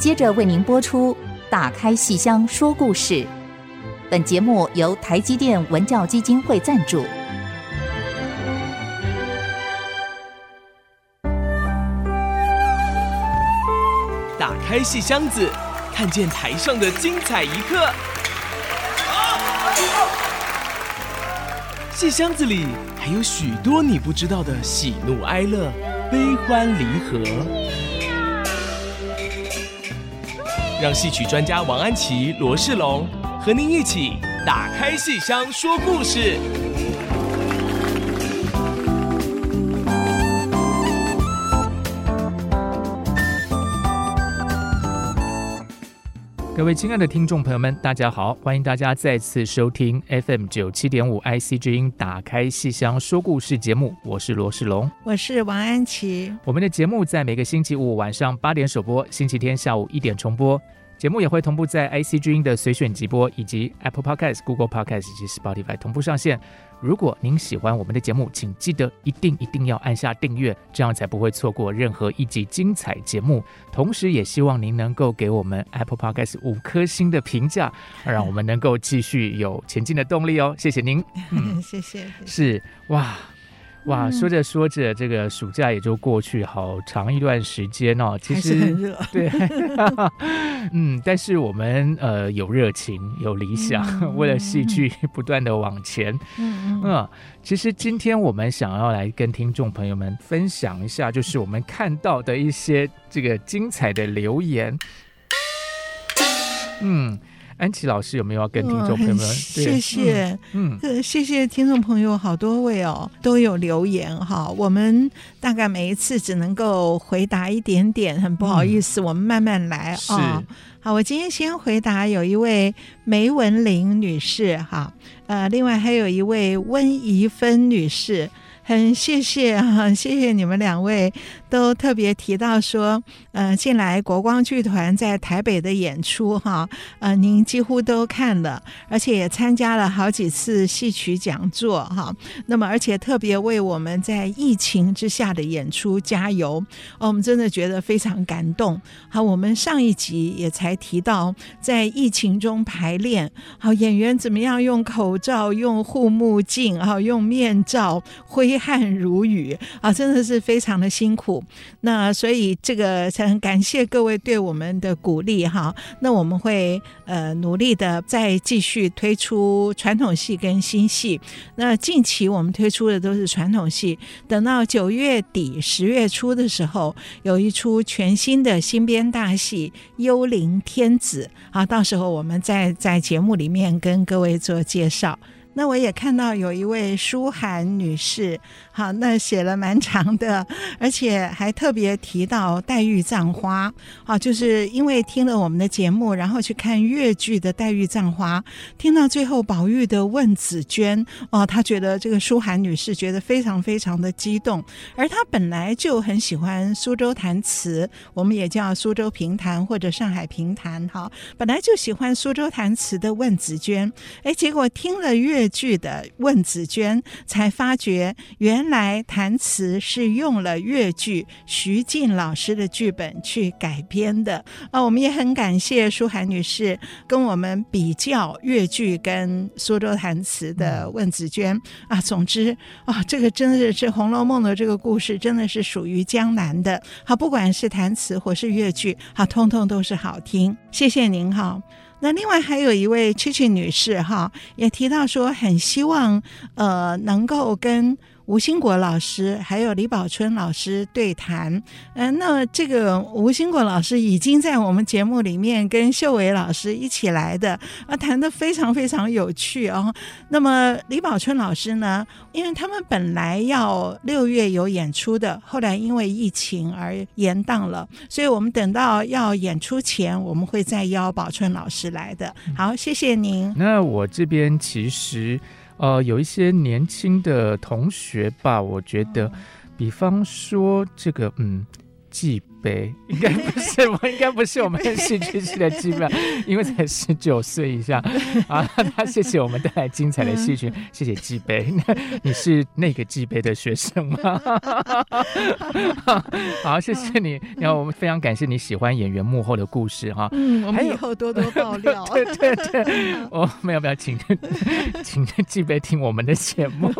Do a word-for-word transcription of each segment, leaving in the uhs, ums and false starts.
接着为您播出打开戏箱说故事。本节目由台积电文教基金会赞助。 打开戏箱子，看见台上的精彩一刻。戏箱子里还有许多你不知道的喜怒哀乐、悲欢离合。让戏曲专家王安琪、罗世龙和您一起打开戏箱说故事。 各位亲爱的听众朋友们，大家好，欢迎大家再次收听 F M 九七点五 I C 之音打开戏箱说故事节目，我是罗世龙， 我是王安琪。我们的节目在每个星期五晚上八点首播，星期天下午一点重播。节目也会同步在 I C 之音的随选集播，以及 Apple Podcast、Google Podcast 以及 Spotify 同步上线。如果您喜欢我们的节目，请记得一定一定要按下订阅，这样才不会错过任何一集精彩节目。同时也希望您能够给我们 Apple Podcast 五颗星的评价，让我们能够继续有前进的动力哦。谢谢您。 嗯、谢谢。 是哇。哇，说着说着，这个暑假也就过去好长一段时间哦。其实还是很热， 对，嗯，但是我们呃有热情，有理想，嗯、为了戏剧不断的往前。嗯嗯、呃，其实今天我们想要来跟听众朋友们分享一下，就是我们看到的一些这个精彩的留言。嗯。安琪老师有没有要跟听众朋友们、哦、 谢谢、嗯嗯、谢谢听众朋友，好多位哦都有留言哈，我们大概每一次只能够回答一点点，很不好意思、嗯、我们慢慢来啊、哦。好，我今天先回答有一位梅文玲女士哈，呃，另外还有一位温怡芬女士。很谢谢哈，谢谢你们两位都特别提到说，呃，近来国光剧团在台北的演出哈，呃，您几乎都看了，而且也参加了好几次戏曲讲座哈。那么，而且特别为我们在疫情之下的演出加油，哦、我们真的觉得非常感动。好，我们上一集也才提到，在疫情中排练，好，演员怎么样用口罩、用护目镜、好，用面罩挥汗如雨啊，真的是非常的辛苦。那所以这个很感谢各位对我们的鼓励哈。那我们会呃努力的再继续推出传统戏跟新戏。那近期我们推出的都是传统戏，等到九月底十月初的时候，有一出全新的新编大戏《幽灵天子》啊，到时候我们再在节目里面跟各位做介绍。那我也看到有一位舒涵女士，好，那写了蛮长的，而且还特别提到黛玉葬花，好，就是因为听了我们的节目，然后去看越剧的黛玉葬花，听到最后宝玉的问紫娟，哦，她觉得这个舒涵女士觉得非常非常的激动，而她本来就很喜欢苏州弹词，我们也叫苏州评弹或者上海评弹，哈，本来就喜欢苏州弹词的问紫娟，哎，结果听了越剧的问紫娟，才发觉原来弹词是用了越剧徐静老师的剧本去改编的啊。我们也很感谢舒涵女士跟我们比较越剧跟苏州弹词的问紫娟啊。总之啊，这个真的是《红楼梦》的这个故事，真的是属于江南的。好，不管是弹词或是越剧，好，通通都是好听。谢谢您哈。那另外还有一位七七女士哈，也提到说很希望呃能够跟吴兴国老师还有李宝春老师对谈。嗯、呃，那这个吴兴国老师已经在我们节目里面跟秀伟老师一起来的啊，谈得非常非常有趣哦。那么李宝春老师呢，因为他们本来要六月有演出的，后来因为疫情而延宕了，所以我们等到要演出前，我们会再邀宝春老师来的。好，谢谢您。 那我这边其实呃，有一些年轻的同学吧，我觉得，比方说这个，嗯， 季杯，应该不是，我应该不是我们戏剧系的季杯，因为才十九岁以下啊。那谢谢我们带来精彩的戏曲，谢谢季杯。你是那个季杯的学生吗？好，谢谢你。然后我们非常感谢你喜欢演员幕后的故事哈。 嗯，我们以后多多爆料。 对对对，我们要不要请请季杯听我们的节目？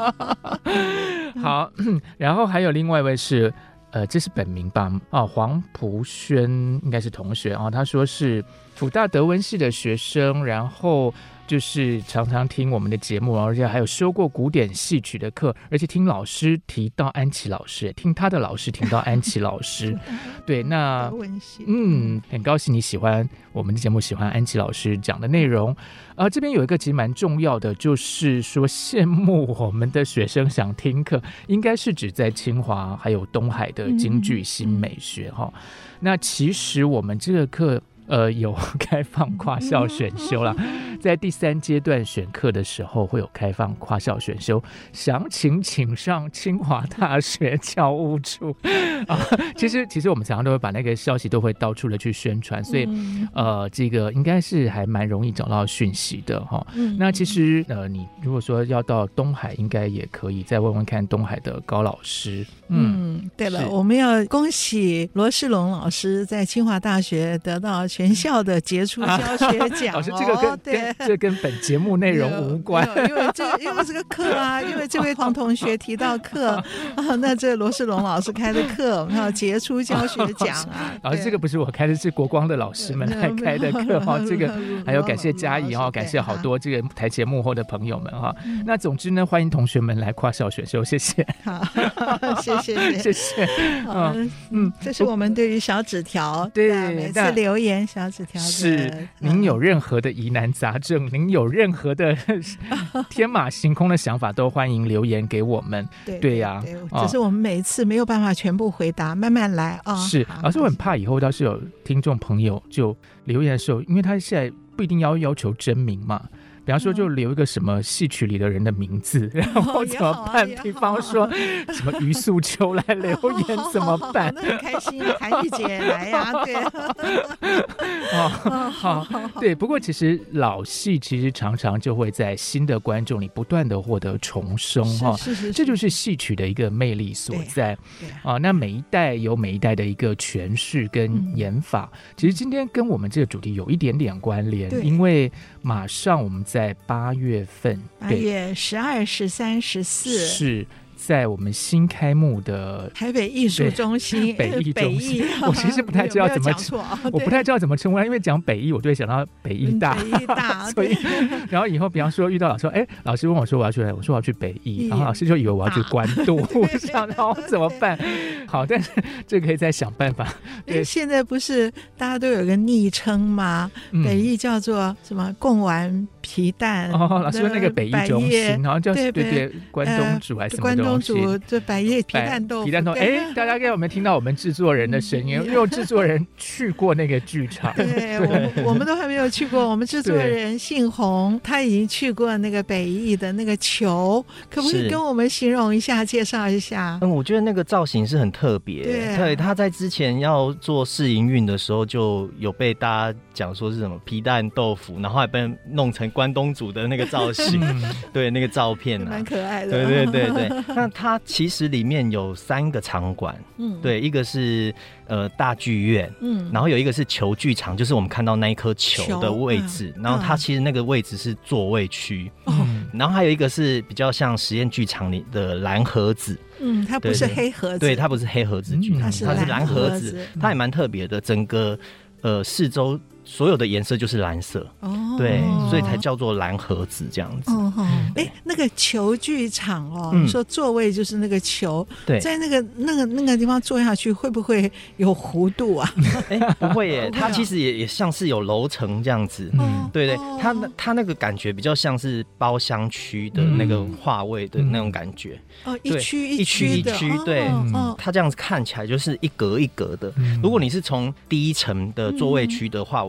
好，然后还有另外一位是。呃，这是本名吧？哦，黄蒲轩应该是同学哦。他说是辅大德文系的学生，然后就是常常听我们的节目，而且还有修过古典戏曲的课，而且听老师提到安琪老师，听他的老师提到安琪老师。对，那嗯，很高兴你喜欢我们的节目，喜欢安琪老师讲的内容。呃，这边有一个其实蛮重要的，就是说羡慕我们的学生想听课，应该是指在清华还有东海的京剧新美学哈、嗯嗯。那其实我们这个课。呃，有开放跨校选修啦，在第三阶段选课的时候会有开放跨校选修，详情请上清华大学教务处啊。其实，其实我们常常都会把那个消息都会到处的去宣传，所以呃，这个应该是还蛮容易找到讯息的哈。那其实呃，你如果说要到东海，应该也可以再问问看东海的高老师。 嗯，嗯对了，我们要恭喜罗仕龙老师在清华大学得到全校的杰出教学奖、哦。老师，这个跟跟这跟本节目内容无关， 因为这因为这个课啊，因为这位黄同学提到课啊，那这罗仕龙老师开的课，我们要杰出教学奖啊。 老师，这个不是我开的，是国光的老师们来开的课哈。这个还有感谢嘉怡哈，感谢好多这个台前幕后的朋友们哈。那总之呢，欢迎同学们来跨校选修，谢谢。 好，谢谢谢谢。 嗯嗯，这是我们对于小纸条， 对每次留言小纸条是您有任何的疑难杂症，您有任何的天马行空的想法，都欢迎留言给我们。 对对呀、 啊，只是我们每一次没有办法全部回答，慢慢来啊。 是，老师我很怕以后要是有听众朋友就留言的时候，因为他现在不一定要要求真名嘛。比方说就留一个什么戏曲里的人的名字、嗯、然后怎么办、哦啊、比方说什么余素秋来留言怎么办、 哦、那很开心，韩玉姐来呀、啊、对哦好对，不过其实老戏其实常常就会在新的观众里不断的获得重生哈， 是是是， 这就是戏曲的一个魅力所在。 对啊， 啊，那每一代有每一代的一个诠释跟演法、嗯、其实今天跟我们这个主题有一点点关联，因为马上我们在八月份， 八月十二、十三、十四是在我们新开幕的台北艺术中心， 北艺中心，我其实不太知道怎么，我不太知道怎么称呼，因为讲北艺，我就会想到北艺大， 北艺大， 所以然后以后比方说遇到老师说，哎，老师问我说我要去哪，我说我要去北艺，然后老师就以为我要去关渡，我想然后怎么办？好，但是这可以再想办法。 对，现在不是大家都有个昵称吗？嗯、北艺叫做什么贡丸皮蛋哦，老师说那个北艺中心，然后叫对对对关东煮还是什么东西？ 关东煮这百叶皮蛋豆腐， 皮蛋豆腐。哎，大家有没有听到我们制作人的声音？因为制作人去过那个剧场， 对，我们我们都还没有去过。我们制作人姓洪，他已经去过那个北艺的那个球，可不可以跟我们形容一下、介绍一下？ 嗯，我觉得那个造型是很特别。对、啊，对，他在之前要做试营运的时候，就有被大家讲说是什么皮蛋豆腐，然后还被弄成关东煮的那个造型，对，那个照片啊， 蛮可爱的。 对对对对，那它其实里面有三个场馆，嗯，对，一个是呃大剧院，嗯，然后有一个是球剧场，就是我们看到那一颗球的位置，嗯、然后它其实那个位置是座位区，嗯，然后还有一个是比较像实验剧场里的蓝盒子。 嗯，它不是黑盒子， 对，对，它不是黑盒子剧场，嗯、它是蓝盒子，它也蛮特别的，整个呃四周所有的颜色就是蓝色，哦，对，所以才叫做蓝盒子这样子。哦， 哎、欸，那个球剧场哦，嗯、你说座位就是那个球，对，在那个那个那个地方坐下去会不会有弧度啊？ 哎、欸，不会耶，它其实也也像是有楼层这样子，嗯，对对，它它那个感觉比较像是包厢区的那个画位的那种感觉。 哦，一区一区一区，对，它这样子看起来就是一格一格的。如果你是从第一层的座位区的话，往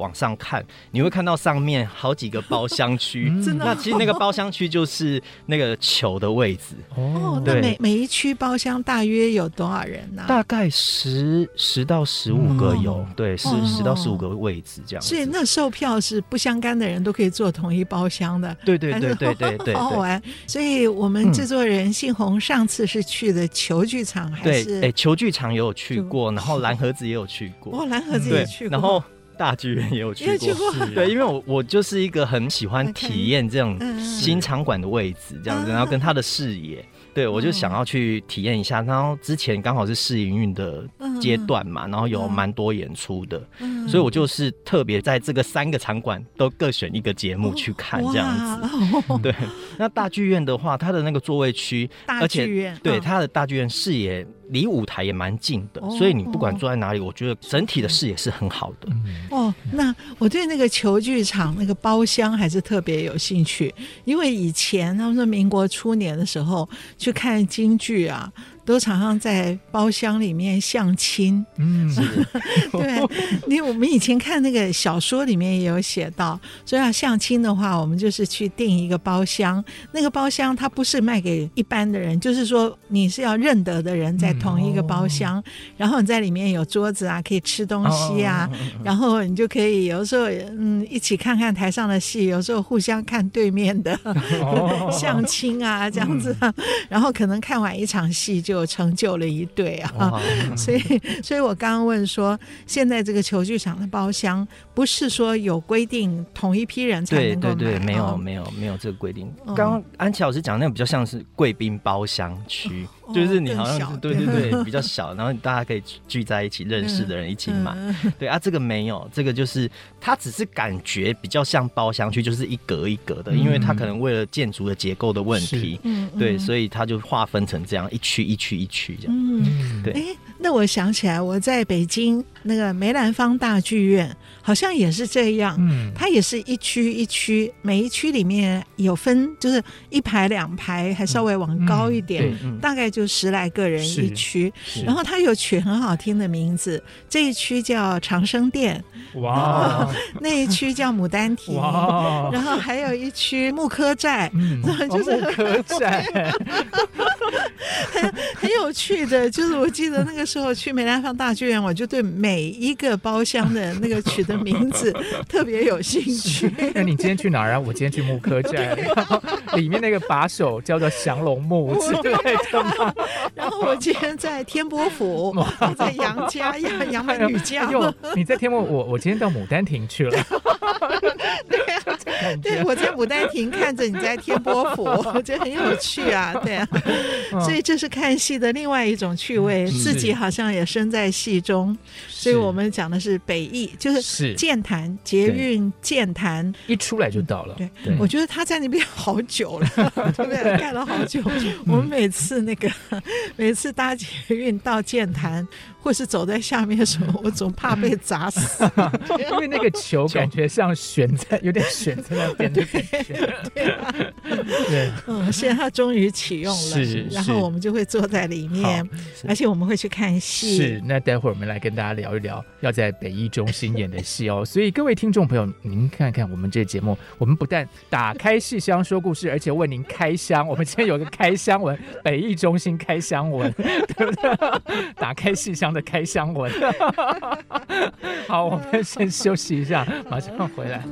往上看，你会看到上面好几个包厢区， 真的、 那其实那个包厢区就是那个球的位置。 哦，那每每一区包厢大约有多少人呢、啊？ 大概十十到十五个有，哦、对，十十到十五个位置这样子。 所以那售票是不相干的人都可以坐同一包厢的。 对对对对对对， 好好玩。所以我们制作人信宏上次是去的球剧场还是？ 对，哎，球剧场也有去过，然后蓝盒子也有去过。 哦，蓝盒子也去过。 然后大剧院也有去 过, 也去过对，因为我我就是一个很喜欢体验这种新场馆的位置这样子，然后跟它的视野，对，我就想要去体验一下。然后之前刚好是试营运的阶段嘛，然后有蛮多演出的，所以我就是特别在这个三个场馆都各选一个节目去看这样子。对，那大剧院的话，它的那个座位区，而且对它的大剧院视野离舞台也蛮近的，所以你不管坐在哪里，我觉得整体的视野是很好的。 哦，那我对那个球剧场那个包厢还是特别有兴趣，因为以前他们说民国初年的时候去看京剧啊，都常常在包厢里面相亲。嗯，对，因为我们以前看那个小说里面也有写到，所以要相亲的话，我们就是去订一个包厢，那个包厢它不是卖给一般的人，就是说你是要认得的人在同一个包厢，嗯哦、然后你在里面有桌子啊，可以吃东西啊，哦、然后你就可以有时候嗯一起看看台上的戏，有时候互相看对面的、哦、相亲啊这样子、啊嗯，然后可能看完一场戏就成就了一对啊，所以所以我刚刚问说，现在这个球剧场的包厢不是说有规定同一批人才能够买， 对对对，没有没有没有这个规定。刚刚安琪老师讲那个比较像是贵宾包厢区。哦，就是你好像是对对对比较小，然后大家可以聚在一起，认识的人一起买。嗯嗯、对啊，这个没有，这个就是它只是感觉比较像包厢区，就是一格一格的，嗯、因为它可能为了建筑的结构的问题，嗯嗯、对，所以它就划分成这样一区一区一区这样。嗯，对。哎， 那我想起来，我在北京那个梅兰芳大剧院好像也是这样，嗯，它也是一区一区，每一区里面有分，就是一排两排，还稍微往高一点，嗯嗯、大概就十来个人一区，然后它有取很好听的名字，这一区叫长生殿，哇，那一区叫牡丹亭，哇，然后还有一区木科寨，嗯，就是木科寨， 很很有趣的，就是我记得那个时候去梅兰芳大剧院，我就对每一个包厢的那个取的名字特别有兴趣。 那你今天去哪儿啊？我今天去木科寨，里面那个把手叫做降龙木之类的吗？ 然后我今天在天波府，我在杨家杨杨门女将。 你在天波，我我今天到牡丹亭去了。 对啊，对，我在牡丹亭看着你在天波府，我觉得很有趣啊，对啊。所以这是看戏的另外一种趣味，自己好像也身在戏中。所以我们讲的是北艺，就是剑潭捷运剑潭， 一出来就到了。 对，对，我觉得他在那边好久了，对不对？干了好久。我们每次那个每次搭捷运到剑潭，或是走在下面的时候，我总怕被砸死， 因为那个球感觉像悬在，有点悬在那边的感觉。 对啊，对，嗯，现在它终于启用了，是，然后我们就会坐在里面，而且我们会去看戏。 是，那待会儿我们来跟大家聊一聊要在北艺中心演的戏哦。所以各位听众朋友，您看看我们这个节目，我们不但打开戏箱说故事，而且为您开箱。我们今天有个开箱文，北艺中心开箱文，对不对？打开戏箱的开箱文。好，我们先休息一下，马上回来。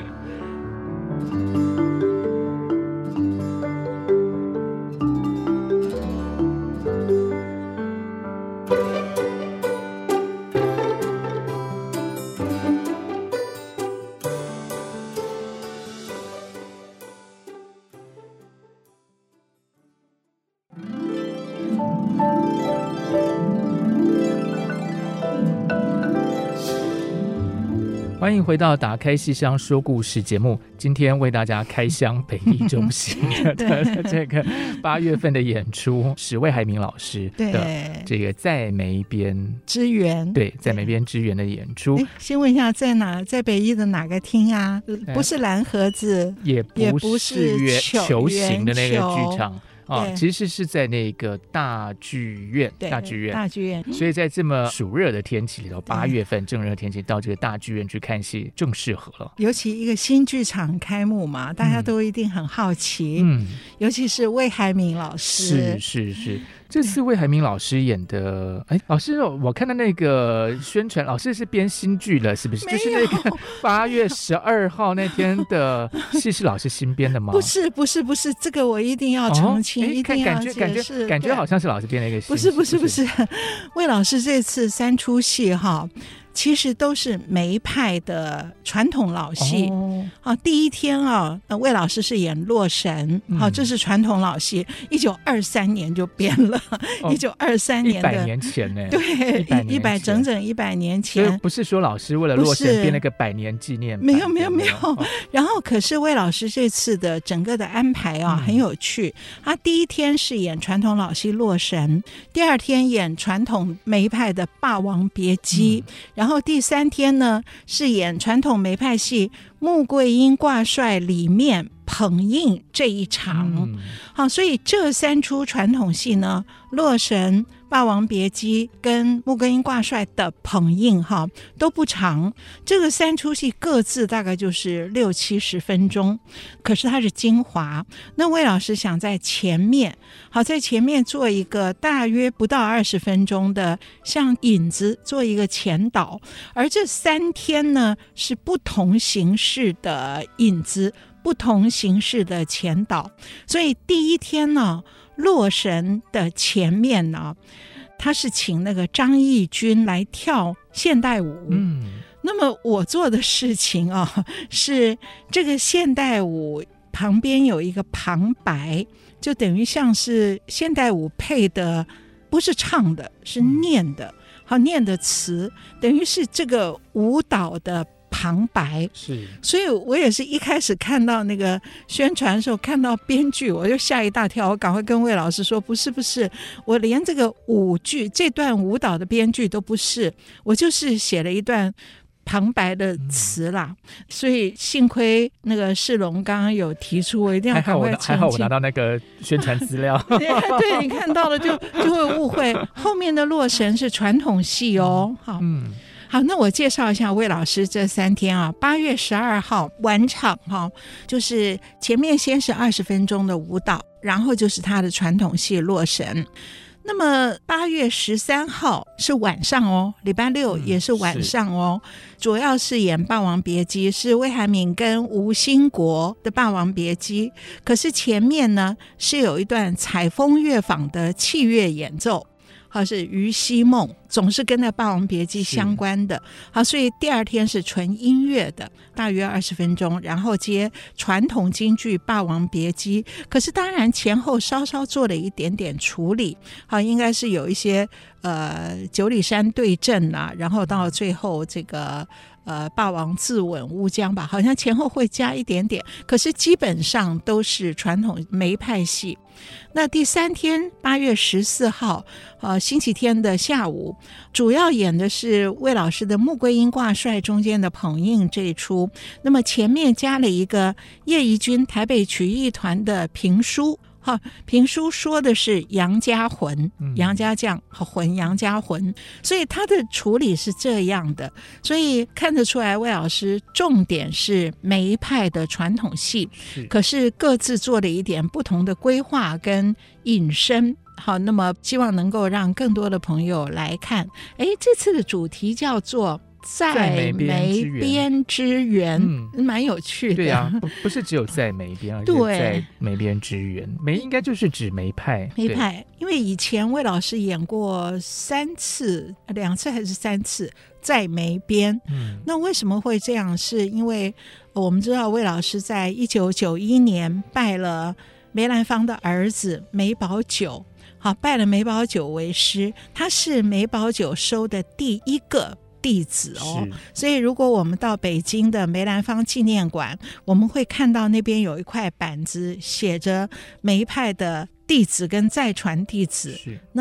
欢迎回到打开戏箱说故事节目，今天为大家开箱北艺中心的这个八月份的演出，史魏海明老师的这个在梅边之缘， 对，在梅边之缘的演出。 先问一下，在哪？在北艺的哪个厅啊？不是蓝盒子， 也不是球形的那个剧场。 啊，其实是在那个大剧院，大剧院， 大剧院。 所以在这么暑热的天气里头，八月份正热天气，到这个大剧院去看戏正适合了。 尤其一个新剧场开幕嘛，大家都一定很好奇，嗯，尤其是魏海敏老师， 是是是。这次魏海敏老师演的，哎，老师，我看到那个宣传，老师是编新剧了，是不是？就是那个八月十二号那天的戏是老师新编的吗？ 不是，不是，不是，这个我一定要澄清，哦、一定要解释。 感觉感觉好像是老师编的一个戏， 不是，不是，不是。魏老师这次三出戏哈。其实都是梅派的传统老戏、哦啊、第一天啊，魏老师是演洛神、嗯啊、这是传统老戏，一九二三年就编了，一九二三年的一百年前呢， 对，一百整整一百年前， 所以不是说老师为了洛神编了个百年纪念， 没有没有没有、哦。然后可是魏老师这次的整个的安排啊、嗯、很有趣，他第一天是演传统老戏洛神，第二天演传统梅派的霸王别姬、嗯，然后第三天呢是演传统梅派戏穆桂英挂帅里面捧印这一场、嗯、好，所以这三出传统戏呢，洛神、霸王别姬跟穆桂英挂帅的捧印哈都不长，这个三出戏各自大概就是六七十分钟，可是它是精华。那魏老师想在前面，好，在前面做一个大约不到二十分钟的像引子，做一个前导，而这三天呢是不同形式的引子，不同形式的前导。所以第一天呢，洛神的前面呢，他是请那个张义军来跳现代舞。嗯，那么我做的事情啊，是这个现代舞旁边有一个旁白，就等于像是现代舞配的，不是唱的，是念的，好，念的词，等于是这个舞蹈的旁白。 是， 所以我也是一开始看到那个宣传的时候，看到编剧我就吓一大跳，我赶快跟魏老师说，不是不是，我连这个舞剧这段舞蹈的编剧都不是，我就是写了一段旁白的词啦、嗯、所以幸亏那个世龙刚刚有提出，我一定要赶快澄清。 还好我拿到那个宣传资料对, 对，你看到了就就会误会后面的洛神是传统戏哦。好，嗯，好，那我介绍一下魏老师这三天啊，八月十二号晚场哈，就是前面先是二十分钟的舞蹈，然后就是他的传统戏洛神。那么八月十三号是晚上哦，礼拜六也是晚上哦、嗯、主要是演霸王别姬，是魏海敏跟吴兴国的霸王别姬，可是前面呢是有一段采风乐坊的器乐演奏，好，是于西梦，总是跟那霸王别姬相关的。好，所以第二天是纯音乐的，大约二十分钟，然后接传统京剧霸王别姬，可是当然前后稍稍做了一点点处理。好，应该是有一些呃九里山对阵啊，然后到最后这个呃霸王自刎乌江吧，好像前后会加一点点，可是基本上都是传统梅派戏。那第三天八月十四号呃星期天的下午，主要演的是魏老师的穆桂英挂帅中间的捧印这一出，那么前面加了一个叶怡君台北曲艺团的评书。好，评书说的是杨家魂，杨家将和魂，杨家魂，所以他的处理是这样的，所以看得出来魏老师重点是梅派的传统戏，可是各自做了一点不同的规划跟引申。好，那么希望能够让更多的朋友来看。哎，这次的主题叫做在梅边之缘，嗯，蛮有趣的。 对啊，不不是只有在梅边，而是在梅边之缘。梅应该就是指梅派， 梅派。因为以前魏老师演过三次，两次还是三次在梅边。嗯，那为什么会这样？是因为我们知道魏老师在一九九一年拜了梅兰芳的儿子梅葆玖。好，拜了梅葆玖为师，他是梅葆玖收的第一个弟子哦，所以如果我们到北京的梅兰芳纪念馆，我们会看到那边有一块板子写着梅派的弟子跟再传弟子，那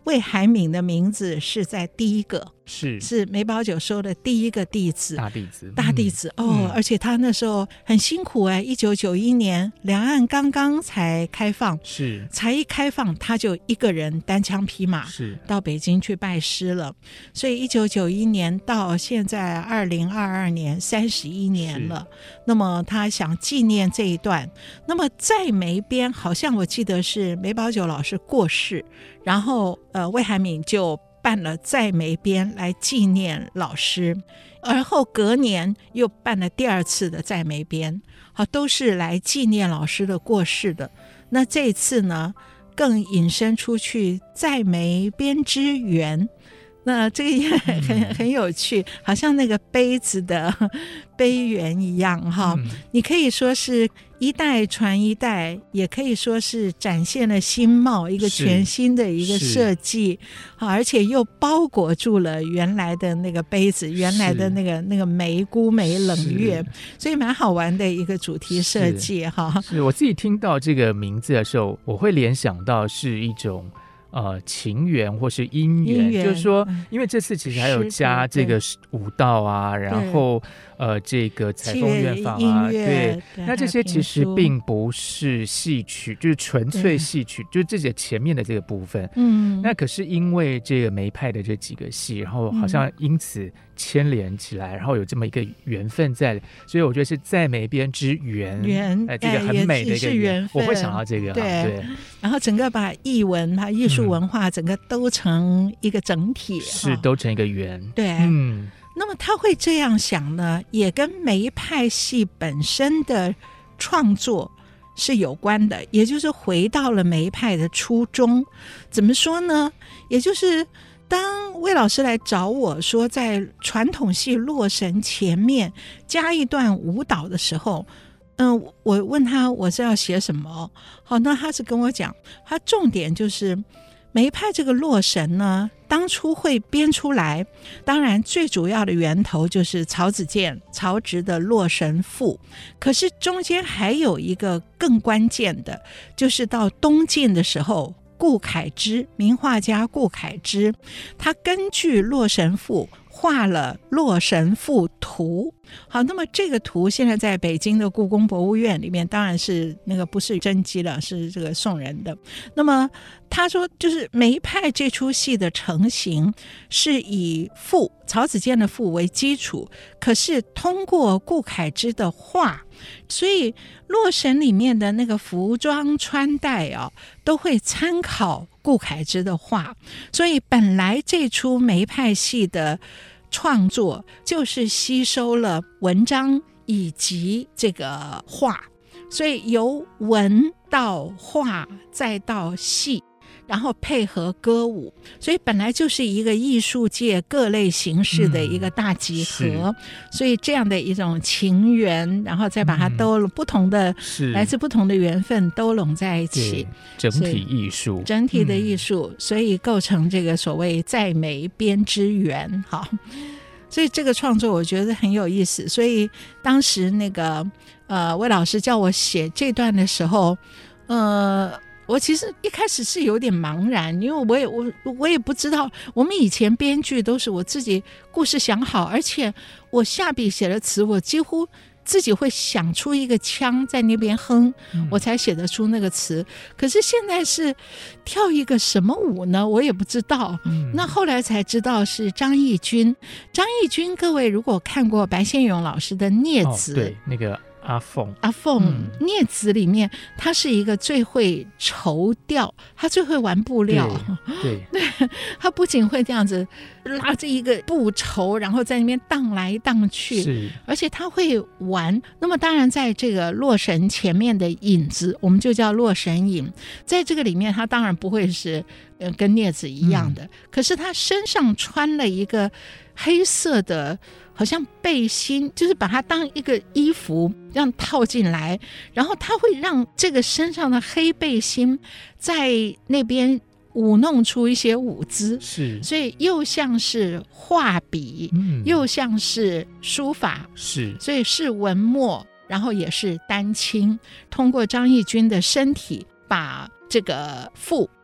魏海敏的名字是在第一个， 是是梅葆玖收的第一个弟子， 大弟子， 大弟子、 嗯、 哦、 嗯， 而且他那时候很辛苦哎，一九九一年两岸刚刚才开放， 是才一开放他就一个人单枪匹马是到北京去拜师了，所以一九九一年到现在二零二二年三十一年了，那么他想纪念这一段，那么在梅边好像我记得是梅葆玖老师过世，然后呃魏海敏就办了在梅边来纪念老师，而后隔年又办了第二次的在梅边，好，都是来纪念老师的过世的。那这一次呢更引申出去在梅边之缘，那这个也很很有趣，好像那个杯子的杯缘一样哈、嗯。你可以说是一代传一代，也可以说是展现了新貌，一个全新的一个设计，而且又包裹住了原来的那个杯子，原来的那个那个梅姑梅冷月，所以蛮好玩的一个主题设计哈。 是我自己听到这个名字的时候，我会联想到是一种。呃，情缘或是姻缘，就是说，因为这次其实还有加这个舞蹈啊，然后呃，这个采风乐坊啊，对，那这些其实并不是戏曲，就是纯粹戏曲，就是自己前面的这个部分。嗯，那可是因为这个梅派的这几个戏，然后好像因此牵连起来，然后有这么一个缘分在，所以我觉得是在梅边之缘， 缘， 哎，这个很美的一个缘分，我会想到这个， 对， 对， 然后整个把艺文、把艺术文化整个都成一个整体，嗯、 是都成一个圆。 对，嗯，那么他会这样想呢，也跟梅派戏本身的创作是有关的，也就是回到了梅派的初衷。怎么说呢？也就是当魏老师来找我说，在传统戏《洛神》前面加一段舞蹈的时候。嗯，我问他我是要写什么，好，那他是跟我讲，他重点就是梅派这个洛神呢，当初会编出来，当然最主要的源头就是曹子建曹植的《洛神赋》，可是中间还有一个更关键的，就是到东晋的时候，顾恺之名画家顾恺之，他根据《洛神赋》画了《洛神赋图》。好，那么这个图现在在北京的故宫博物院里面，当然是那个不是真迹了，是这个宋人的。那么他说，就是梅派这出戏的成型是以赋曹子建的赋为基础，可是通过顾恺之的画，所以《洛神》里面的那个服装穿戴啊，都会参考顾恺之的画，所以本来这出梅派戏的创作就是吸收了文章以及这个画，所以由文到画再到戏，然后配合歌舞，所以本来就是一个艺术界各类形式的一个大集合、嗯、所以这样的一种情缘，然后再把它都了不同的、嗯、来自不同的缘分都拢在一起， 整体艺术整体的艺术、嗯、所以构成这个所谓在梅边之缘。好，所以这个创作我觉得很有意思，所以当时那个呃魏老师叫我写这段的时候，呃我其实一开始是有点茫然，因为我也我我也不知道，我们以前编剧都是我自己故事想好，而且我下笔写了词，我几乎自己会想出一个腔在那边哼、嗯、我才写得出那个词。可是现在是跳一个什么舞呢，我也不知道、嗯、那后来才知道是张义军。张义军各位如果看过白先勇老师的《孽子》、 哦、对，那个阿凤阿凤、嗯、孽子里面他是一个最会绸吊，他最会玩布料， 对对, 对，他不仅会这样子拉着一个布绸然后在那边荡来荡去，而且他会玩。那么当然在这个洛神前面的引子我们就叫洛神引，在这个里面他当然不会是、呃、跟镊子一样的、嗯、可是他身上穿了一个黑色的好像背心，就是把它当一个衣服这样套进来，然后他会让这个身上的黑背心在那边舞弄出一些舞姿， 是， 所以又像是画笔、嗯、又像是书法， 是， 所以是文墨，然后也是丹青，通过张义军的身体把这个赋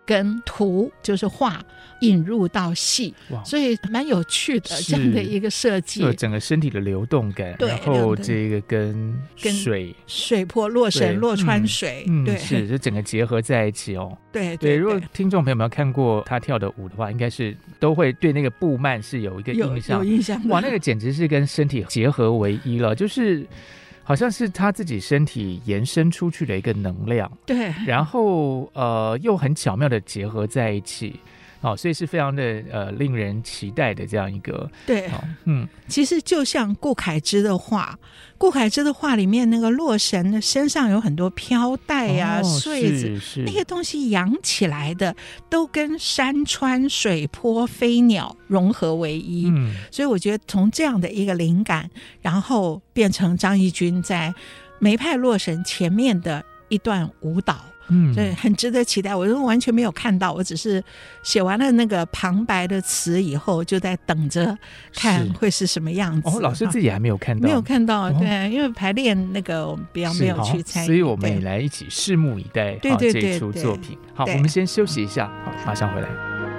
跟图就是画引入到戏，所以蛮有趣的这样的一个设计， 就整个身体的流动感，然后这个跟水水波洛神洛川水、 嗯、 对， 是就整个结合在一起哦。 对 对, 对, 对，如果听众朋友们有看过他跳的舞的话，应该是都会对那个布幔是有一个印象， 有, 有印象。 哇，那个简直是跟身体结合为一了，就是好像是他自己身体延伸出去的一个能量， 对， 然后呃又很巧妙的结合在一起。哦，所以是非常的呃令人期待的这样一个对、 哦、嗯， 其实就像顾恺之的画，顾恺之的画里面那个洛神的身上有很多飘带啊、哦、穗子，那些东西扬起来的都跟山川水波飞鸟融合为一、嗯、所以我觉得从这样的一个灵感，然后变成张义军在梅派洛神前面的一段舞蹈，嗯，对，很值得期待。我都完全没有看到，我只是写完了那个旁白的词以后，就在等着看会是什么样子。 哦，老师自己还没有看到， 没有看到，对、哦，因为排练那个我们比较没有去参与， 所以我们也来一起拭目以待。对对对，这一出作品。好，我们先休息一下，好，马上回来。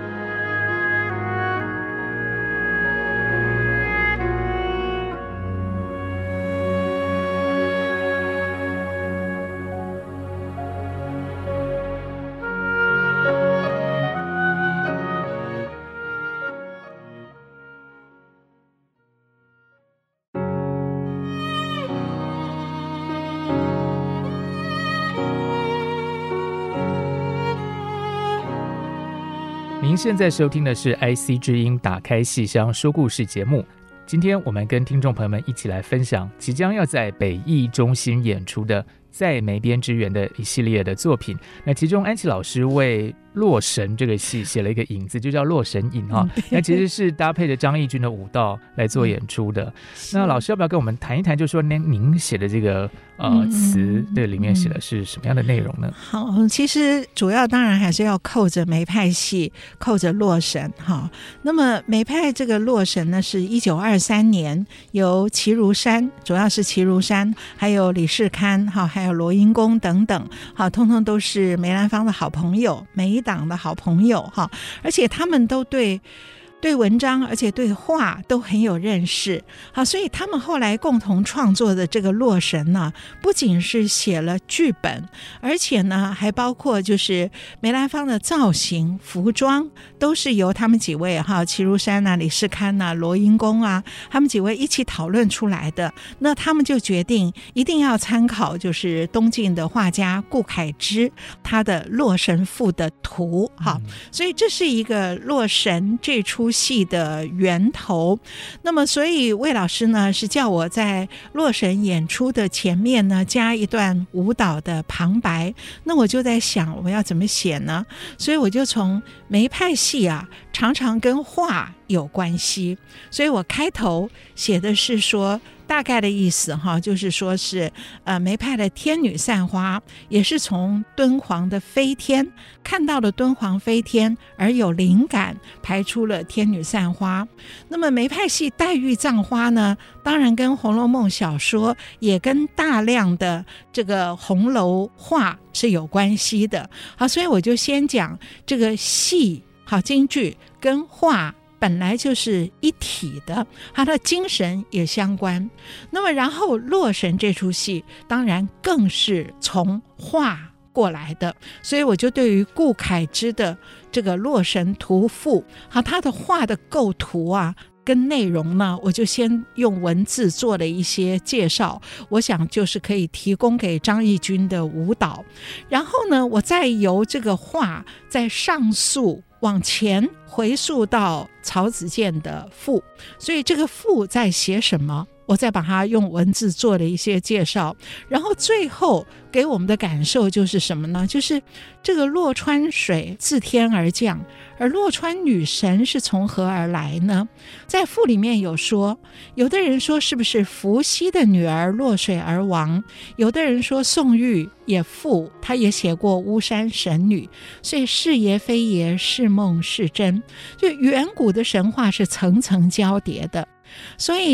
您现在收听的是 I C 之音打开戏箱说故事节目，今天我们跟听众朋友们一起来分享即将要在北艺中心演出的在梅边之缘的一系列的作品。那其中安琪老师为洛神这个戏写了一个引子，就叫洛神引哈、嗯。那其实是搭配着张义军的舞蹈来做演出的。嗯、那老师要不要跟我们谈一谈，就是说您写的这个呃词，这里面写的是什么样的内容呢？ 好，其实主要当然还是要扣着梅派戏，扣着洛神哈。那么梅派这个洛神呢，是一九二三年由齐如山，主要是齐如山，还有李世堪哈，还有罗英公等等，好，通通都是梅兰芳的好朋友，梅一党的好朋友哈，而且他们都对对文章而且对画都很有认识，好，所以他们后来共同创作的这个洛神呢，不仅是写了剧本，而且呢还包括就是梅兰芳的造型服装都是由他们几位哈，齐如山啊、李世堪啊、罗英公啊，他们几位一起讨论出来的。那他们就决定一定要参考就是东晋的画家顾恺之他的洛神赋的图，好，所以这是一个洛神这出戏的源头。那么所以魏老师呢是叫我在洛神演出的前面呢加一段舞蹈的旁白，那我就在想我要怎么写呢？所以我就从梅派戏啊常常跟画有关系，所以我开头写的是说大概的意思哈，就是说是呃梅派的天女散花也是从敦煌的飞天看到了敦煌飞天而有灵感排出了天女散花。那么梅派戏黛玉葬花呢，当然跟红楼梦小说也跟大量的这个红楼画是有关系的。好，所以我就先讲这个戏好，京剧跟画本来就是一体的，它的精神也相关。那么然后洛神这出戏当然更是从画过来的，所以我就对于顾恺之的这个洛神图赋，好，他的画的构图啊跟内容呢，我就先用文字做了一些介绍，我想就是可以提供给张义军的舞蹈。然后呢，我再由这个画再上溯往前回溯到曹子建的赋，所以这个赋在写什么，我再把它用文字做了一些介绍。然后最后给我们的感受就是什么呢？就是这个洛川水自天而降，而洛川女神是从何而来呢？在赋里面有说，有的人说是不是伏羲的女儿落水而亡，有的人说宋玉也赋，他也写过巫山神女，所以是爷非爷，是梦是真，就远古的神话是层层交叠的。所以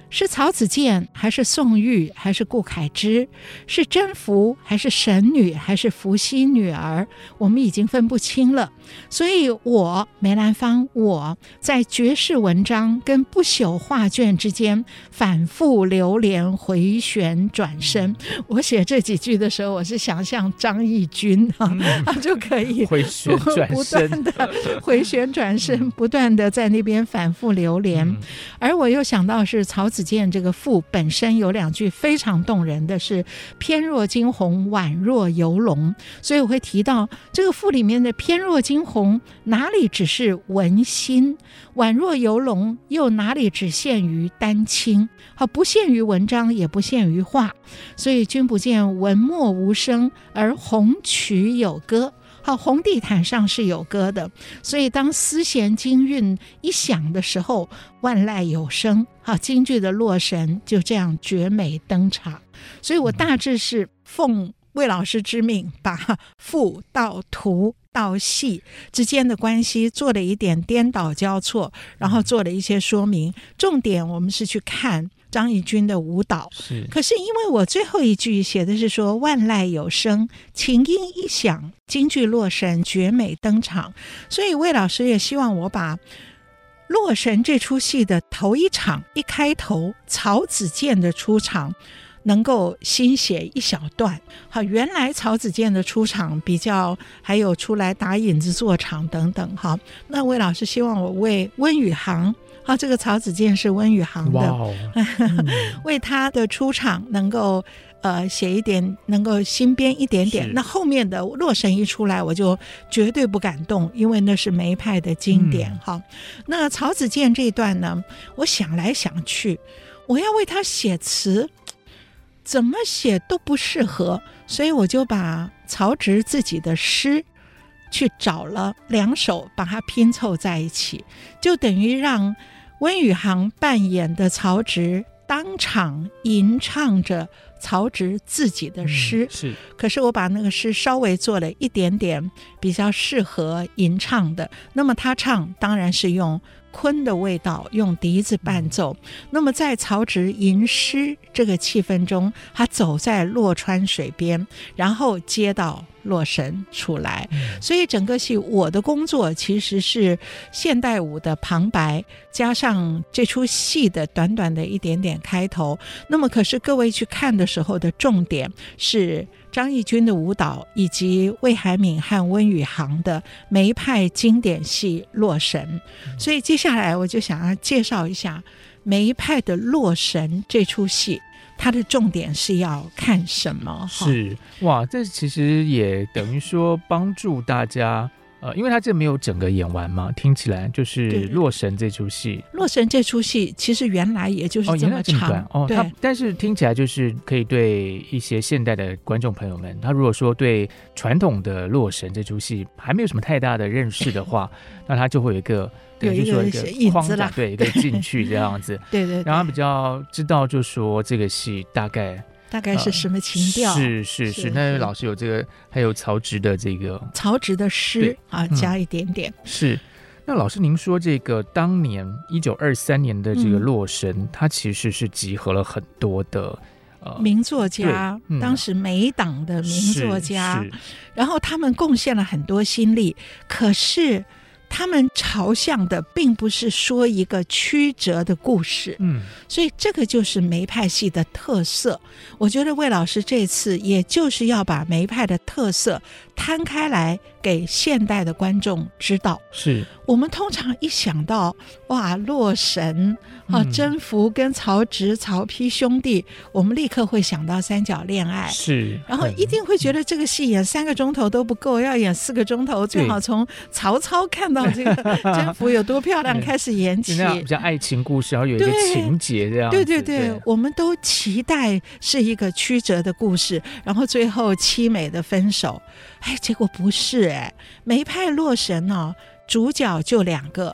是曹子建还是宋玉还是顾恺之，是甄宓还是沈女还是伏羲女儿，我们已经分不清了。所以我梅兰芳，我在绝世文章跟不朽画卷之间反复流连，回旋转身。我写这几句的时候，我是想象张义军啊，他就可以回旋转身， 不断的回旋转身，不断的在那边反复流连。而我又想到是曹子建这个赋本身有两句非常动人的是翩若惊鸿，宛若游龙，所以我会提到这个赋里面的翩若惊鸿哪里只是文心，宛若游龙又哪里只限于丹青，好，不限于文章也不限于画，所以君不见文墨无声，而红曲有歌。好，红地毯上是有歌的，所以当丝弦金韵一响的时候，万籁有声。好，京剧的洛神就这样绝美登场。所以我大致是奉魏老师之命，把赋到图到戏之间的关系做了一点颠倒交错，然后做了一些说明。重点我们是去看张义军的舞蹈， 是可是因为我最后一句写的是说万籁有声，琴音一响，京剧洛神绝美登场，所以魏老师也希望我把洛神这出戏的头一场一开头曹子建的出场能够新写一小段。好，原来曹子建的出场比较还有出来打引子坐场等等。好，那魏老师希望我为温宇航，好，这个曹子建是温宇航的， 哇、嗯、 为他的出场能够呃写一点，能够新编一点点。那后面的洛神一出来，我就绝对不敢动，因为那是梅派的经典。嗯、好，那曹子建这一段呢，我想来想去，我要为他写词，怎么写都不适合，所以我就把曹植自己的诗去找了两首，把它拼凑在一起，就等于让温宇航扮演的曹植当场吟唱着曹植自己的诗、嗯、 是， 可是我把那个诗稍微做了一点点比较适合吟唱的。那么他唱当然是用昆的味道，用笛子伴奏。那么在曹植吟诗这个气氛中，他走在洛川水边，然后接到洛神出来、嗯、所以整个戏我的工作其实是现代舞的旁白，加上这出戏的短短的一点点开头。那么可是各位去看的时候的重点是张义军的舞蹈，以及魏海敏和温宇航的梅派经典戏《洛神》。所以接下来我就想要介绍一下梅派的《洛神》这出戏，它的重点是要看什么？ 是，哇，这其实也等于说帮助大家。呃，因为他这没有整个演完嘛，听起来就是《洛神》这出戏。《 洛神》这出戏其实原来也就是这么长， 哦，哦，他但是听起来就是可以对一些现代的观众朋友们，他如果说对传统的《洛神》这出戏还没有什么太大的认识的话，那他就会有一个有一个框架，对，一个进去这样子， 对 对, 对， 让他比较知道，就说这个戏大概。 大概是什么情调、 呃、是是 是, 是那老师有这个，还有曹植的这个曹植的诗啊，加一点点、嗯、 是。那老师您说这个当年一九二三年的这个《洛神》嗯，它其实是集合了很多的呃名作家、嗯、当时梅党的名作家，然后他们贡献了很多心力，可是他们朝向的并不是说一个曲折的故事，嗯，所以这个就是梅派戏的特色。我觉得魏老师这次也就是要把梅派的特色摊开来给现代的观众知道。 是， 我们通常一想到哇洛神啊，甄宓跟曹植曹丕兄弟，我们立刻会想到三角恋爱， 是， 然后一定会觉得这个戏演三个钟头都不够，要演四个钟头，最好从曹操看到这个甄宓有多漂亮开始演起， 比较爱情故事，然后有一个情节这样子。 对对 对, 对，我们都期待是一个曲折的故事，然后最后凄美的分手。哎，结果不是哎，梅派洛神哦，主角就两个，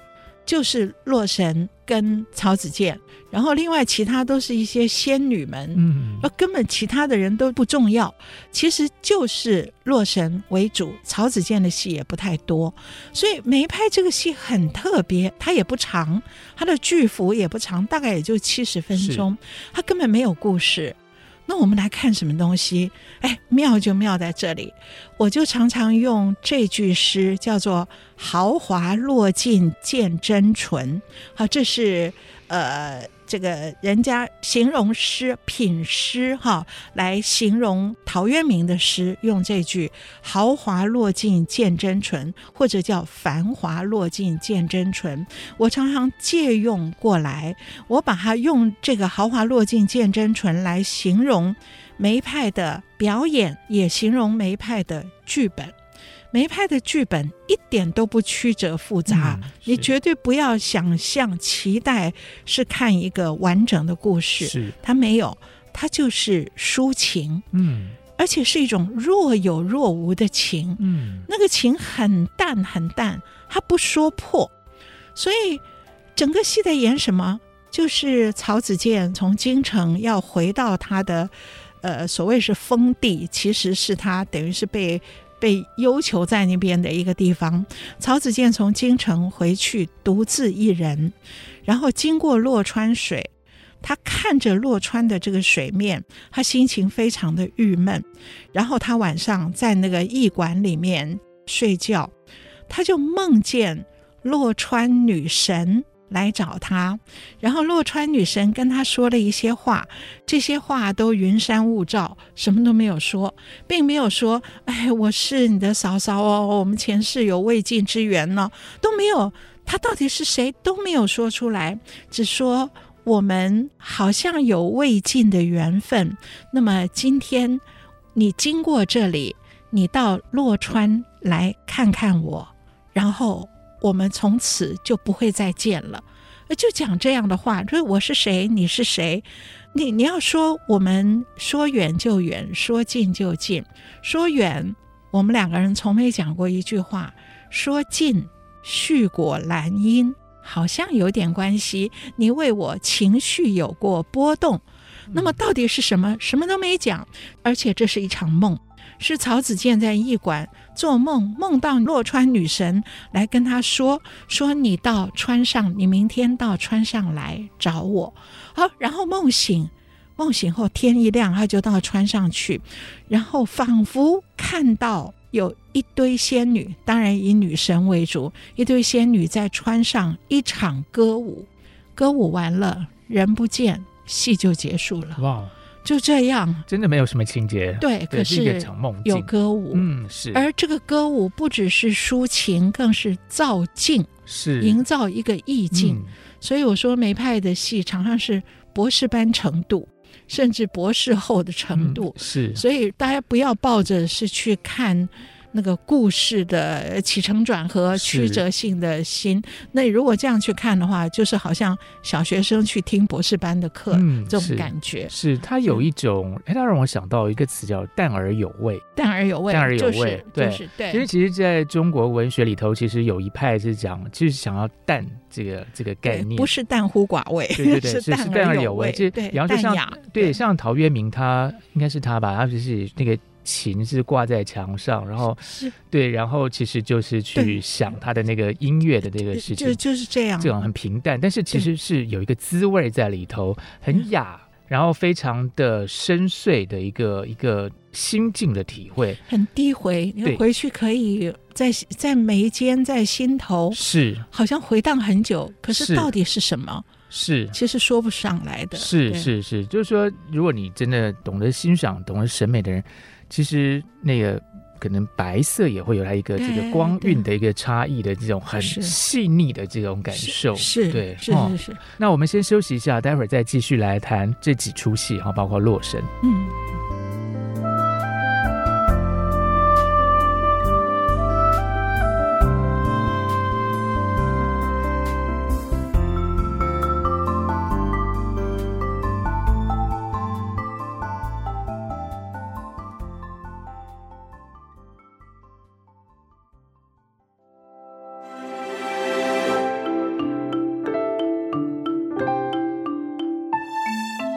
就是洛神跟曹子建，然后另外其他都是一些仙女们， 嗯， 根本其他的人都不重要，其实就是洛神为主，曹子建的戏也不太多，所以梅派这个戏很特别，它也不长，它的剧幅也不长，大概也就七十分钟，它根本没有故事。那我们来看什么东西？哎，妙就妙在这里，我就常常用这句诗叫做豪华落尽见真纯。好，这是呃这个人家形容诗品诗哈，来形容陶渊明的诗，用这句豪华落尽见真纯，或者叫繁华落尽见真纯，我常常借用过来，我把它用这个豪华落尽见真纯来形容梅派的表演，也形容梅派的剧本。梅派的剧本一点都不曲折复杂，嗯、你绝对不要想象期待是看一个完整的故事， 是它没有，它就是抒情， 嗯， 而且是一种若有若无的情， 嗯， 那个情很淡很淡，它不说破，所以整个戏在演什么？就是曹子建从京城要回到他的呃所谓是封地，其实是他等于是被被幽囚在那边的一个地方。曹子建从京城回去独自一人，然后经过洛川水，他看着洛川的这个水面，他心情非常的郁闷，然后他晚上在那个驿馆里面睡觉，他就梦见洛川女神来找他，然后洛川女神跟他说了一些话，这些话都云山雾罩，什么都没有说，并没有说哎，我是你的嫂嫂哦，我们前世有未尽之缘呢，都没有，他到底是谁都没有说出来，只说我们好像有未尽的缘分，那么今天你经过这里，你到洛川来看看我，然后我们从此就不会再见了，就讲这样的话，说我是谁，你是谁，你你要说我们说远就远，说近就近，说远我们两个人从没讲过一句话，说近续果兰因，好像有点关系，你为我情绪有过波动，那么到底是什么？什么都没讲，而且这是一场梦，是曹子建在驿馆做梦，梦到洛川女神来跟他说，说你到川上，你明天到川上来找我。好，然后梦醒，梦醒后天一亮，他就到川上去，然后仿佛看到有一堆仙女，当然以女神为主，一堆仙女在川上一场歌舞，歌舞完了人不见，戏就结束了。 哇， 就这样， 真的没有什么情节， 对，可是有歌舞， 嗯，是， 而这个歌舞不只是抒情，更是造境， 是营造一个意境、 嗯、 所以我说梅派的戏常常是博士班程度，甚至博士后的程度、 嗯、是， 所以大家不要抱着是去看那个故事的起承转合曲折性的心，那如果这样去看的话，就是好像小学生去听博士班的课、嗯、这种感觉。 是它有一种、嗯、它让我想到一个词叫淡而有味， 淡而有味， 淡而有味、就是、对、 就是、对， 因为其实在中国文学里头，其实有一派是讲就是想要淡这个这个概念， 不是淡乎寡味， 对对对， 是淡而有味，就对， 比方说像对像陶渊明，他应该是他吧，他就是那个琴是挂在墙上，然后对，然后其实就是去想他的那个音乐的这个事情， 就就是这样， 这种很平淡，但是其实是有一个滋味在里头，很雅，然后非常的深邃的一个一个心境的体会， 很低回，你回去可以在在眉间，在心头， 是好像回荡很久，可是到底是什么？ 是， 其实说不上来的。 是是是，就是说，如果你真的懂得欣赏、懂得审美的人，其实那个可能白色也会有它一个这个光晕的一个差异的这种很细腻的这种感受。 是， 对， 是是是、哦。 那我们先休息一下，待会儿再继续来谈这几出戏哈，包括《洛神》。 嗯。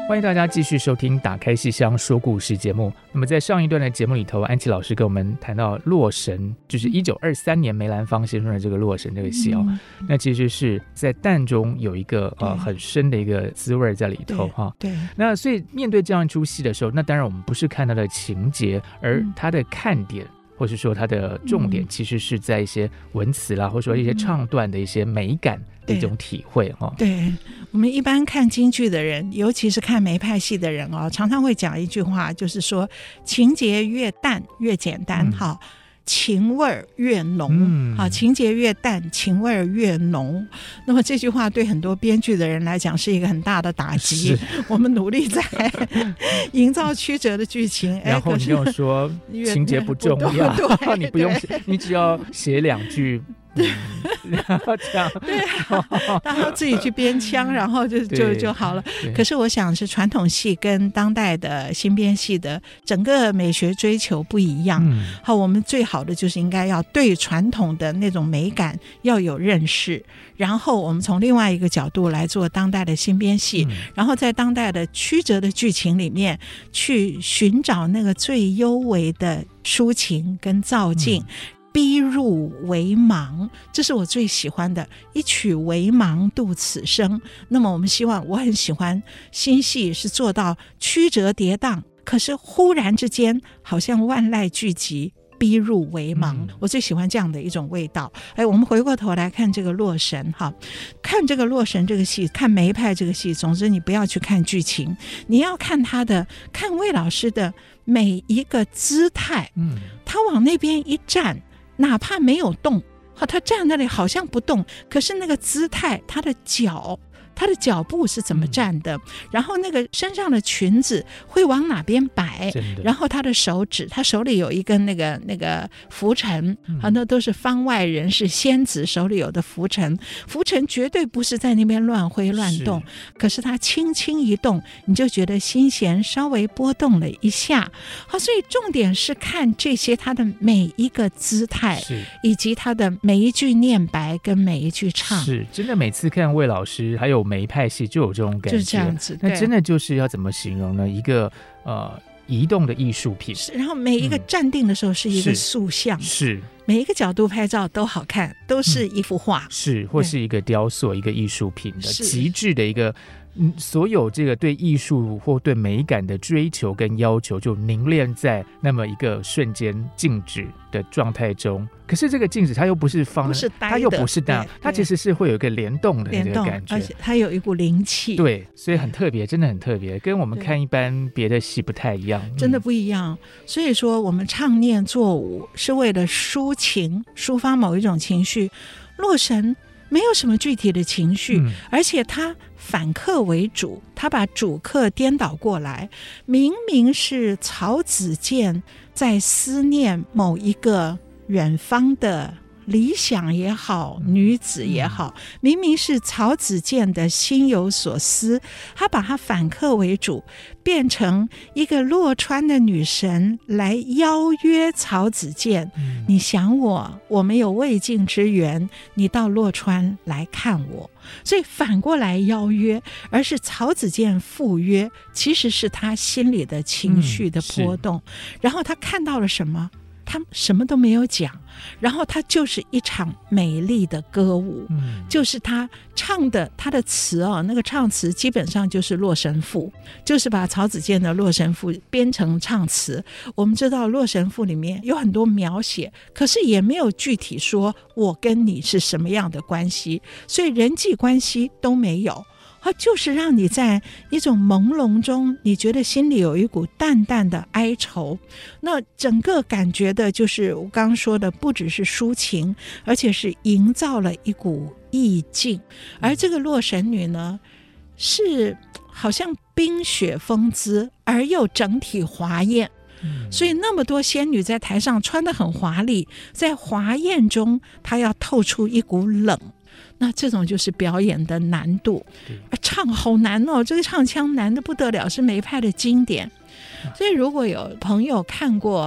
欢迎大家继续收听打开戏箱说故事节目。那么在上一段的节目里头，安琪老师跟我们谈到洛神，就是一九二三年梅兰芳先生的这个洛神这个戏哦、嗯、那其实是在旦中有一个呃很深的一个滋味在里头哈。 对， 那所以面对这样一出戏的时候，那当然我们不是看它的情节，而它的看点、嗯或是说它的重点其实是在一些文词啦、嗯、或者说一些唱段的一些美感的一种体会、哦、 对，我们一般看京剧的人，尤其是看梅派戏的人哦，常常会讲一句话，就是说情节越淡越简单、嗯、好，情味越浓、嗯、好，情节越淡情味越浓。那么这句话对很多编剧的人来讲是一个很大的打击，我们努力在营造曲折的剧情， 然后你又说情节不重要，你不用，你只要写两句然后这样对、啊、然后自己去编腔然后就就就好了。可是我想是传统戏跟当代的新编戏的整个美学追求不一样、嗯、好，我们最好的就是应该要对传统的那种美感要有认识，然后我们从另外一个角度来做当代的新编戏、嗯、然后在当代的曲折的剧情里面去寻找那个最幽微的抒情跟造境、嗯，逼入微茫，这是我最喜欢的，一曲微茫度此生。那么我们希望，我很喜欢新戏是做到曲折跌宕，可是忽然之间好像万籁俱寂，逼入微茫、嗯、我最喜欢这样的一种味道。哎，我们回过头来看这个洛神哈，看这个洛神这个戏，看梅派这个戏，总之你不要去看剧情，你要看他的，看魏老师的每一个姿态，嗯，他往那边一站，哪怕没有动，他站那里好像不动，可是那个姿态，他的脚他的脚步是怎么站的、嗯、然后那个身上的裙子会往哪边摆，然后他的手指，他手里有一根那个那个拂尘、嗯、很多都是方外人士仙子手里有的拂尘，拂尘绝对不是在那边乱挥乱动，是可是他轻轻一动，你就觉得心弦稍微波动了一下。好，所以重点是看这些他的每一个姿态，以及他的每一句念白跟每一句唱， 是真的每次看魏老师还有梅派戏就有这种感觉， 就是这样子。 那真的就是要怎么形容呢？一个呃移动的艺术品， 然后每一个站定的时候是一个塑像， 嗯、是, 是每一个角度拍照都好看，都是一幅画、嗯， 是或是一个雕塑，一个艺术品的极致的一个。嗯，所有这个对艺术或对美感的追求跟要求就凝练在那么一个瞬间静止的状态中。可是这个静止它又不是方， 不是呆的， 它又不是呆，它其实是会有一个联动的那个感觉， 而且它有一股灵气。 对，所以很特别，真的很特别，跟我们看一般别的戏不太一样， 真的不一样、嗯。所以说，我们唱念做舞是为了抒情，抒发某一种情绪。洛神没有什么具体的情绪、嗯、而且他反客为主，他把主客颠倒过来，明明是曹子建在思念某一个远方的理想也好，女子也好，明明是曹子建的心有所思，他把他反客为主，变成一个洛川的女神来邀约曹子建、嗯、你想我，我们有未尽之缘，你到洛川来看我，所以反过来邀约，而是曹子建赴约，其实是他心里的情绪的波动、嗯、然后他看到了什么，他什么都没有讲，然后他就是一场美丽的歌舞、嗯、就是他唱的，他的词哦，那个唱词基本上就是《洛神赋》，就是把曹子建的《洛神赋》编成唱词。我们知道《洛神赋》里面有很多描写，可是也没有具体说我跟你是什么样的关系，所以人际关系都没有，它就是让你在一种朦胧中，你觉得心里有一股淡淡的哀愁。那整个感觉的就是我刚刚说的，不只是抒情，而且是营造了一股意境。而这个洛神女呢，是好像冰雪风姿，而又整体华艳。所以那么多仙女在台上穿得很华丽，在华艳中她要透出一股冷，那这种就是表演的难度。唱好难哦，这个唱腔难得不得了，是梅派的经典。所以如果有朋友看过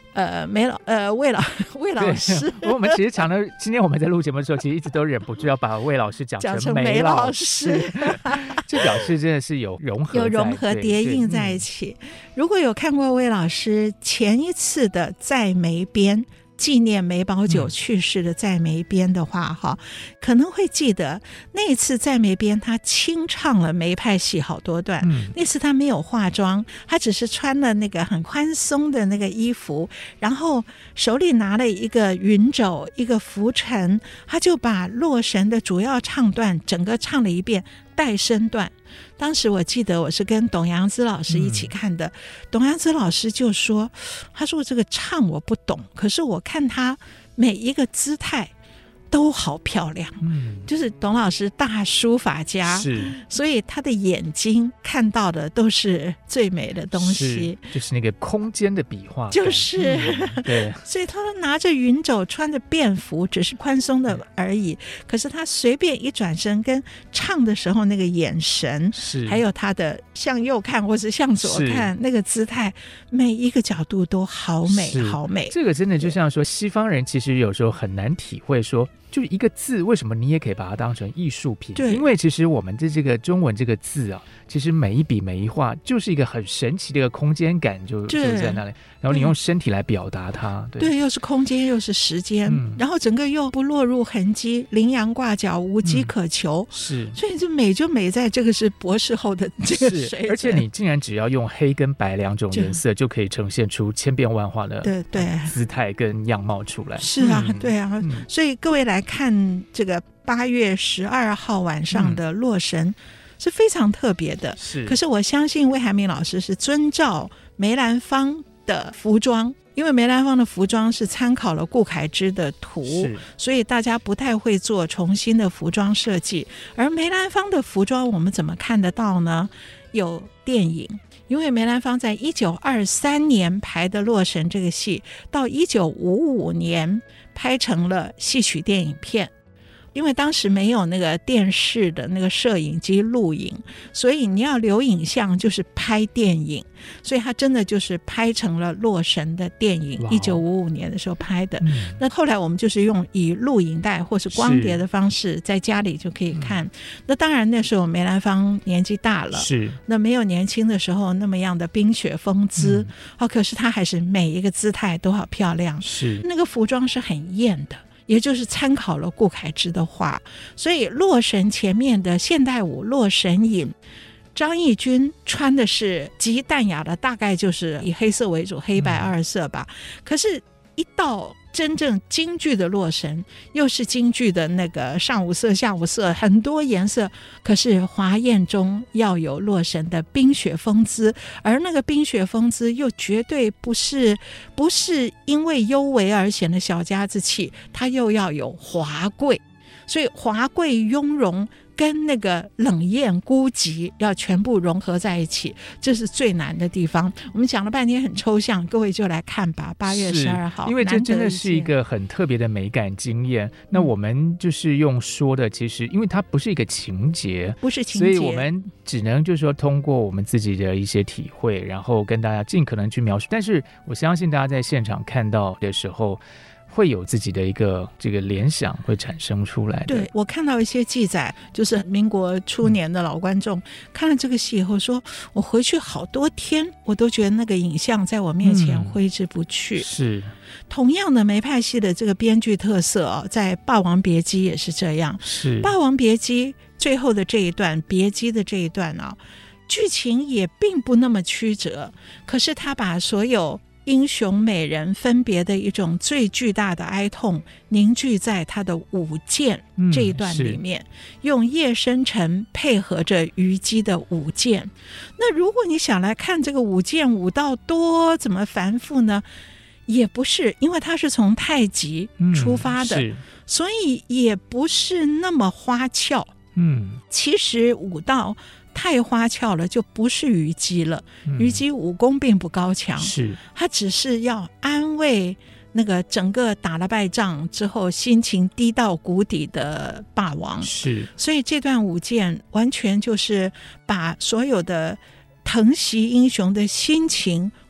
呃，梅老呃魏老魏老师， 我们其实常常今天我们在录节目的时候，其实一直都忍不住要把魏老师讲成梅老师，这表示真的是有融合， 有融合叠印在一起。嗯、如果有看过魏老师前一次的在梅边纪念梅葆玖去世的在梅边的话哈、嗯，可能会记得那次在梅边他清唱了梅派戏好多段、嗯、那次他没有化妆，他只是穿了那个很宽松的那个衣服，然后手里拿了一个云帚一个拂尘，他就把洛神的主要唱段整个唱了一遍带声段。当时我记得我是跟董阳孜老师一起看的、嗯、董阳孜老师就说，他说这个唱我不懂，可是我看他每一个姿态都好漂亮、嗯、就是董老师大书法家，是，所以他的眼睛看到的都是最美的东西， 就是那个空间的笔画， 就是、嗯、 对， 所以他拿着云帚穿着便服只是宽松的而已、嗯、可是他随便一转身跟唱的时候那个眼神，是，还有他的向右看或是向左看那个姿态，每一个角度都好美好美。 这个真的就像说西方人其实有时候很难体会说就一个字为什么你也可以把它当成艺术品，对，因为其实我们的这个中文这个字啊，其实每一笔每一画就是一个很神奇的一个空间感，就就在那里，然后你用身体来表达它， 对, 对，又是空间又是时间、嗯、然后整个又不落入痕迹，羚羊挂角无迹可求、嗯、是，所以就美就美在这个是博士后的这个水准， 而且你竟然只要用黑跟白两种颜色 就, 就可以呈现出千变万化的对对姿态跟样貌出来， 是啊、嗯、对啊、嗯、所以各位来看这个八月十二号晚上的洛神、嗯、是非常特别的，是，可是我相信魏海敏老师是遵照梅兰芳的服装，因为梅兰芳的服装是参考了顾恺之的图，所以大家不太会做重新的服装设计，而梅兰芳的服装我们怎么看得到呢？有电影，因为梅兰芳在一九二三年排的洛神这个戏，到一九五五年拍成了戏曲电影片，因为当时没有那个电视的那个摄影机录影，所以你要留影像就是拍电影，所以他真的就是拍成了洛神的电影，一九五五年的时候拍的、嗯、那后来我们就是用以录影带或是光碟的方式在家里就可以看、嗯、那当然那时候梅兰芳年纪大了，是，那没有年轻的时候那么样的冰雪风姿、嗯哦、可是他还是每一个姿态都好漂亮，是，那个服装是很艳的，也就是参考了顾恺之的画，所以洛神前面的现代舞洛神引，张义军穿的是极淡雅的，大概就是以黑色为主，黑白二色吧、嗯、可是一到真正京剧的洛神，又是京剧的那个上午色下午色很多颜色，可是华艳中要有洛神的冰雪风姿，而那个冰雪风姿又绝对不是不是因为幽微而显得小家子气，它又要有华贵，所以华贵雍容跟那个冷艳孤寂要全部融合在一起，这是最难的地方。我们讲了半天很抽象，各位就来看吧，八月十二号， 因为这真的是一个很特别的美感经验、嗯、那我们就是用说的，其实因为它不是一个情节， 不是情节， 所以我们只能就是说通过我们自己的一些体会，然后跟大家尽可能去描述，但是我相信大家在现场看到的时候会有自己的一个这个联想会产生出来的。 对，我看到一些记载，就是民国初年的老观众、嗯、看了这个戏以后说，我回去好多天我都觉得那个影像在我面前挥之不去、嗯、是同样的梅派戏的这个编剧特色、哦、在《霸王别姬》也是这样，是《霸王别姬》最后的这一段别姬的这一段啊、哦，剧情也并不那么曲折，可是他把所有英雄美人分别的一种最巨大的哀痛凝聚在他的舞剑这一段里面、嗯、用夜深沉配合着虞姬的舞剑。那如果你想来看这个舞剑舞到多怎么繁复呢，也不是，因为它是从太极出发的、嗯、所以也不是那么花俏。嗯，其实舞蹈太花俏了就不是虞姬了，虞姬武功并不高强，是他只是要安慰那个整个打了败仗之后心情低到谷底的霸王，是，所以这段舞剑完全就是把所有的疼惜英雄的心情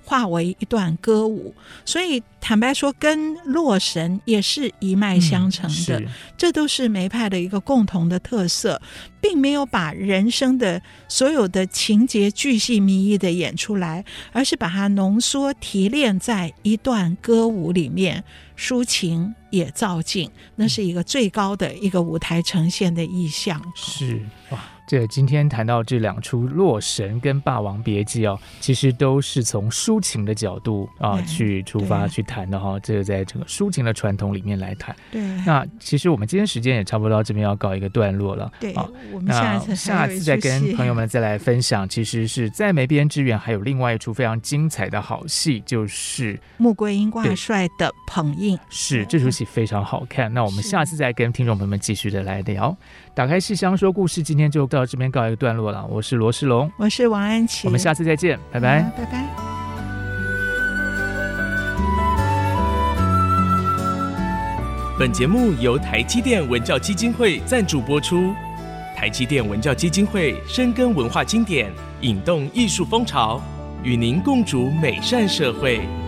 化为一段歌舞。所以坦白说，跟洛神也是一脉相承的、嗯、这都是梅派的一个共同的特色，并没有把人生的所有的情节巨细靡遗的演出来，而是把它浓缩提炼在一段歌舞里面，抒情也造境，那是一个最高的一个舞台呈现的意象。 是哇，这今天谈到这两出《洛神》跟《霸王别姬》哦，其实都是从抒情的角度啊去出发去谈的哈、哦。这个在整个抒情的传统里面来谈。对，那其实我们今天时间也差不多到这边要告一个段落了。 对，啊、我们下次下次再跟朋友们再来分享。其实是在梅边之缘还有另外一出非常精彩的好戏，就是穆桂英挂帅的捧印。 是，这出戏非常好看。那我们下次再跟听众朋友们继续的来聊。打开戏箱说故事，今天就到这边告一个段落了。我是罗仕龙， 我是王安琪， 我们下次再见，拜拜， 拜拜。 本节目由台积电文教基金会赞助播出。台积电文教基金会深耕文化经典，引动艺术风潮，与您共筑美善社会。